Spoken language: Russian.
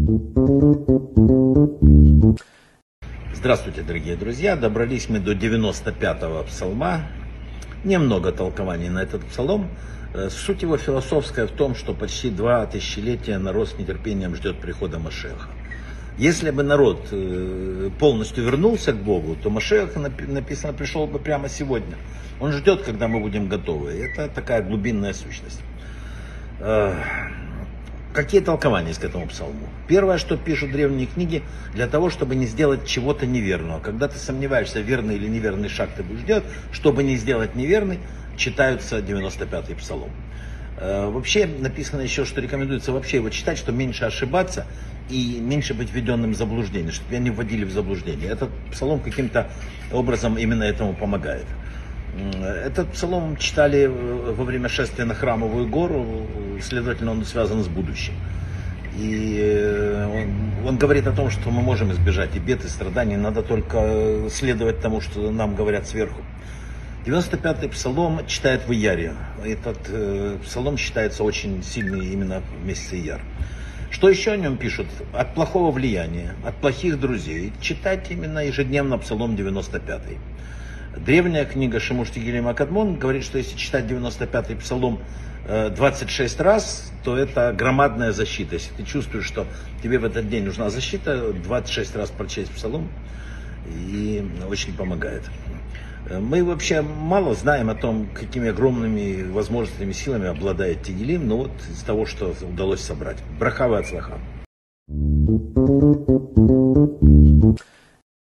Здравствуйте, дорогие друзья! Добрались мы до 95-го псалма. Немного толкований на этот псалом. Суть его философская в том, что почти 2 тысячелетия народ с нетерпением ждет прихода Машеха. Если бы народ полностью вернулся к Богу, то Машех, написано, пришел бы прямо сегодня. Он ждет, когда мы будем готовы. Это такая глубинная сущность. Какие толкования к этому псалму? Первое, что пишут древние книги, для того, чтобы не сделать чего-то неверного. Когда ты сомневаешься, верный или неверный шаг ты будешь делать, чтобы не сделать неверный, читаются 95-й псалом. Вообще написано еще, что рекомендуется вообще его читать, чтобы меньше ошибаться и меньше быть введенным в заблуждение, чтобы тебя не вводили в заблуждение. Этот псалом каким-то образом именно этому помогает. Этот псалом читали во время шествия на Храмовую гору, следовательно, он связан с будущим. И он говорит о том, что мы можем избежать и бед, и страданий, надо только следовать тому, что нам говорят сверху. 95-й псалом читает в Ияре. Этот псалом считается очень сильный именно в месяце Ияр. Что еще о нем пишут? От плохого влияния, от плохих друзей. Читать именно ежедневно псалом 95-й. Древняя книга Шимуш Тегилим Акадмон говорит, что если читать 95-й псалом 26 раз, то это громадная защита. Если ты чувствуешь, что тебе в этот день нужна защита, 26 раз прочесть псалом, и очень помогает. Мы вообще мало знаем о том, какими огромными возможностями, силами обладает Тегилим, но вот из того, что удалось собрать. Браха ва ацлаха.